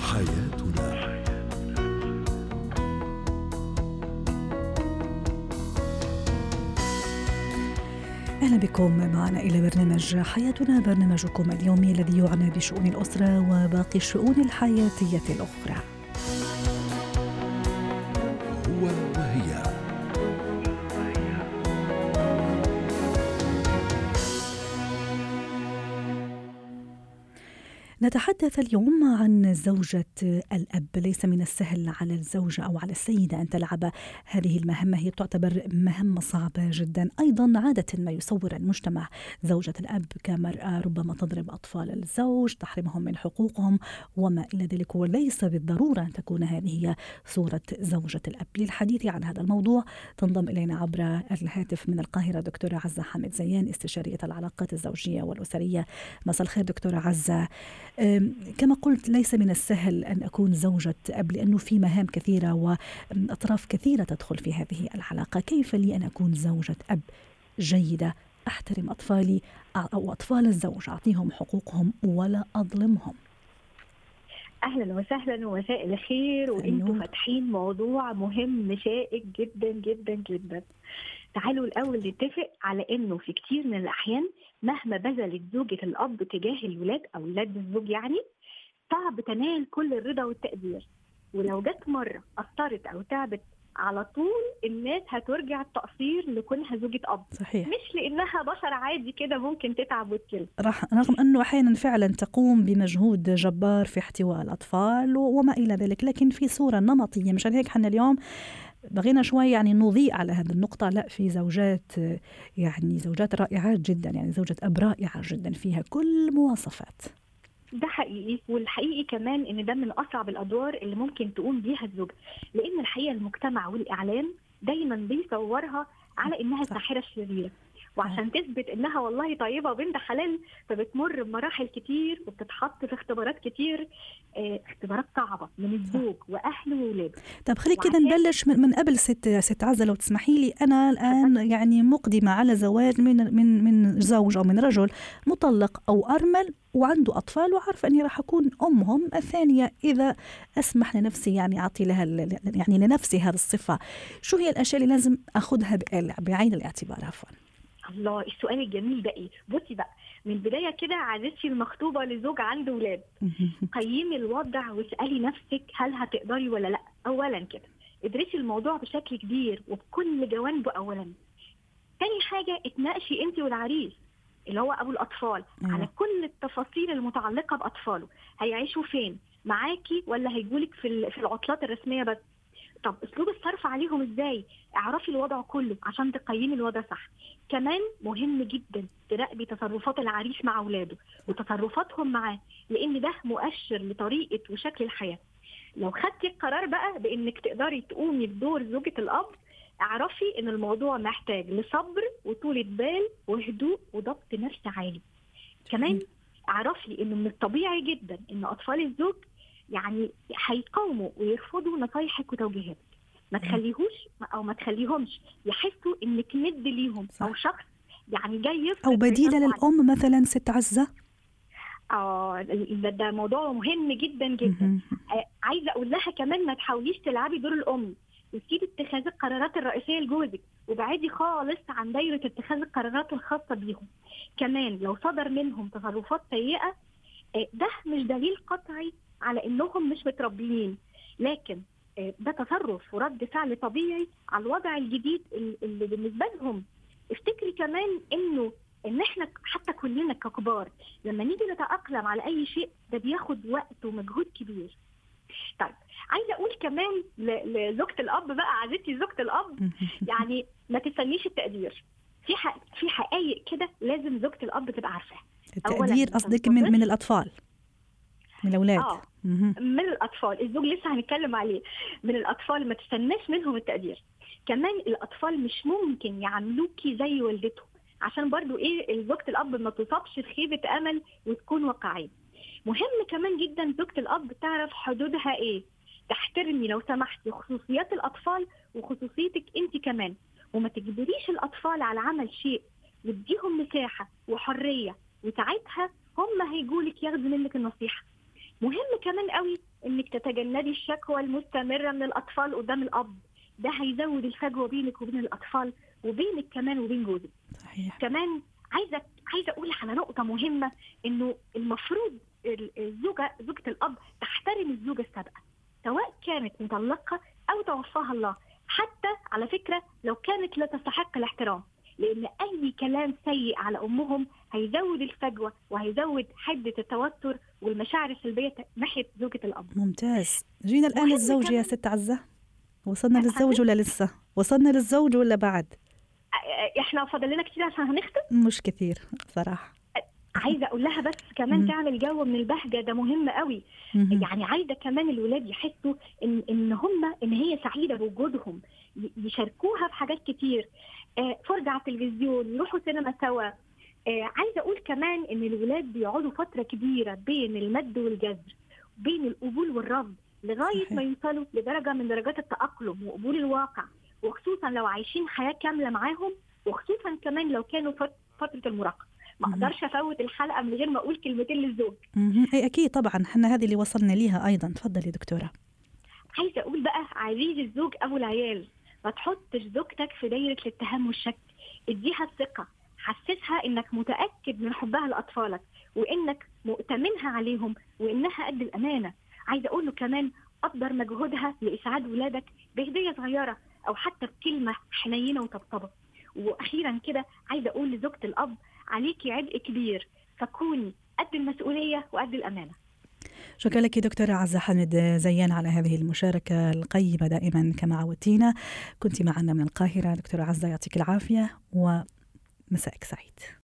حياتنا. أهلا بكم معنا إلى برنامج حياتنا، برنامجكم اليومي الذي يعنى بشؤون الأسرة وباقي الشؤون الحياتية الأخرى. هو وهي. نتحدث اليوم عن زوجة الأب. ليس من السهل على الزوجة أو على السيدة أن تلعب هذه المهمة، هي تعتبر مهمة صعبة جدا. أيضا عادة ما يصور المجتمع زوجة الأب كمرأة ربما تضرب أطفال الزوج، تحرمهم من حقوقهم وما إلى ذلك، وليس بالضرورة أن تكون هذه هي صورة زوجة الأب. للحديث عن هذا الموضوع تنضم إلينا عبر الهاتف من القاهرة دكتورة عزة حامد زيان، استشارية العلاقات الزوجية والأسرية. مساء الخير دكتورة عزة. كما قلت ليس من السهل أن أكون زوجة أب، لأنه في مهام كثيرة وأطراف كثيرة تدخل في هذه العلاقة. كيف لي أن أكون زوجة أب جيدة، أحترم أطفالي أو أطفال الزوج، أعطيهم حقوقهم ولا أظلمهم؟ أهلا وسهلا ومساء الخير، وإنتوا فاتحين موضوع مهم شائك جدا جدا جدا. تعالوا الأول نتفق على إنه في كتير من الأحيان مهما بذلت زوجة الأب تجاه الولاد أو ولاد الزوج يعني صعب تنال كل الرضا والتقدير، ولو جت مرة أثرت أو تعبت على طول الناس هترجع التقصير لكونها زوجة أب. صحيح. مش لأنها بشر عادي كده ممكن تتعب وتكل، رغم أنه أحيانا فعلا تقوم بمجهود جبار في احتواء الأطفال وما إلى ذلك، لكن في صورة نمطية. مشان هيك حنا اليوم بغينا شوي يعني نضيء على هذه النقطة. لا، في زوجات يعني زوجات رائعات جدا، يعني زوجة أب رائعة جدا فيها كل مواصفات. ده حقيقي، والحقيقي كمان ان ده من اصعب الادوار اللي ممكن تقوم بيها الزوجة، لان الحقيقة المجتمع والاعلام دايما بيصورها على انها ساحرة شريرة، وعشان تثبت انها والله طيبة وبنت حلال فبتمر بمراحل كتير وبتتحط في اختبارات كتير، اختبارات صعبة من الزوج واهله وولاده. طب خليك كده نبلش من قبل ست عزة لو تسمحي لي. انا الان يعني مقدمة على زواج من زوج او من رجل مطلق او ارمل وعنده اطفال، وعارفة اني راح اكون امهم الثانية اذا اسمح لنفسي، يعني اعطي لها يعني لنفسي هذه الصفة. شو هي الاشياء اللي لازم اخذها بعين الاعتبار؟ عفوا. الله، السؤال الجميل ده ايه؟ بصي بقى من البداية كده، عزيزتي المخطوبة لزوج عنده ولاد، قيمي الوضع واسألي نفسك هل هتقدري ولا لا. اولا كده ادرسي الموضوع بشكل كبير وبكل جوانبه. اولا تاني حاجة اتناقشي انت والعريس اللي هو ابو الاطفال على كل التفاصيل المتعلقة باطفاله. هيعيشوا فين معاكي ولا هيجولك في العطلات الرسمية بس؟ طب اسلوب الصرف عليهم ازاي؟ اعرفي الوضع كله عشان تقيمي الوضع صح. كمان مهم جدا تراقبي تصرفات العريس مع اولاده وتصرفاتهم معاه، لان ده مؤشر لطريقة وشكل الحياة. لو خدتي القرار بقى بانك تقدري تقومي بدور زوجة الاب، اعرفي ان الموضوع محتاج لصبر وطولة بال وهدوء وضبط نفس عالي. كمان اعرفي انه من الطبيعي جدا ان اطفال الزوج يعني هيقاوموا ويرفضوا نصايحك وتوجيهاتك. ما تخليهمش يحسوا انك ند ليهم او شخص يعني جاي او بديلة للام مثلا. ست عزة، ده موضوع مهم جدا جدا. عايزه اقول لها كمان ما تحاوليش تلعبي دور الام وتسيبي اتخاذ القرارات الرئيسيه لجوزك، وبعدي خالص عن دايره اتخاذ القرارات الخاصه بيهم. كمان لو صدر منهم تصرفات سيئه، ده مش دليل قطعي على انهم مش متربيين، لكن ده تصرف ورد فعل طبيعي على الوضع الجديد اللي بالنسبه لهم. افتكري كمان ان احنا حتى كلنا ككبار لما نيجي نتأقلم على اي شيء ده بياخد وقت ومجهود كبير. طيب عايزه اقول كمان لزوجة الاب بقى، عزيزتي زوجة الاب، يعني ما تستنيش التقدير. في حقائق كده لازم زوجة الاب تبقى عارفاها. التقدير قصدك من الاطفال، من الاولاد؟ من الاطفال. الزوج لسه هنتكلم عليه. من الاطفال ما تستناش منهم التقدير. كمان الاطفال مش ممكن يعاملوكي زي والدتهم، عشان برضو زوجة الاب ما تصابش بخيبة امل وتكون واقعية. مهم كمان جدا زوجة الاب تعرف حدودها ايه، تحترمي لو سمحتي خصوصيات الاطفال وخصوصيتك انت كمان، وما تجبريش الاطفال على عمل شيء، واديهم مساحة وحرية، وساعتها هم هيجولك ياخدوا منك النصيحة. مهم كمان قوي انك انك تتجنبي الشكوى المستمره من الاطفال قدام الاب. ده هيزود الفجوه بينك وبين الاطفال وبينك كمان وبين جوزك. صحيح. كمان عايزه اقول على نقطه مهمه، انه المفروض زوجة الاب تحترم الزوجه السابقه سواء كانت مطلقه او توفاها الله، حتى على فكره لو كانت لا تستحق الاحترام، لان اي كلام سيء على امهم هيزود الفجوه وهيزود حده التوتر والمشاعر السلبيه ناحيه زوجه الاب. ممتاز. جينا الان للزوج يا ست عزة، وصلنا للزوج ولا لسه؟ وصلنا للزوج ولا بعد؟ احنا فاضل لنا كتير عشان هنختم. مش كثير بصراحه. عايزه اقول لها بس كمان تعمل جو من البهجه، ده مهم قوي. يعني عايزه كمان الولاد يحسوا ان هي سعيده بوجودهم، يشاركوها في حاجات كتير، فرجة على التلفزيون، يروحوا سينما سوا. عايزه اقول كمان ان الولاد بيقعدوا فتره كبيره بين المد والجزر، بين القبول والرفض، لغايه ما يوصلوا لدرجه من درجات التاقلم وقبول الواقع، وخصوصا لو عايشين حياه كامله معاهم، وخصوصا كمان لو كانوا فتره المراهقه. ما اقدرش افوت الحلقه من غير ما اقول كلمتين للزوج. اي اكيد طبعا، احنا هذه اللي وصلنا ليها ايضا. تفضلي دكتوره. عايزه اقول بقى عزيزي الزوج ابو العيال، ما تحطش زوجتك في دايره الاتهام والشك، اديها الثقه، حسسها انك متاكد من حبها لاطفالك وانك مؤتمنها عليهم وانها قد الامانه. عايزه اقول له كمان قدر مجهودها لاسعاد ولادك بهديه صغيره او حتى بكلمه حنينه وطبطبه. واخيرا كده عايزه اقول لزوجة الاب عليكي عبء كبير، فكوني قد المسؤوليه وقد الامانه. شكرا لك دكتورة عزة حامد زيان على هذه المشاركة القيمة دائما كما عودتينا. كنت معنا من القاهرة دكتورة عزة، يعطيك العافية ومساءك سعيد.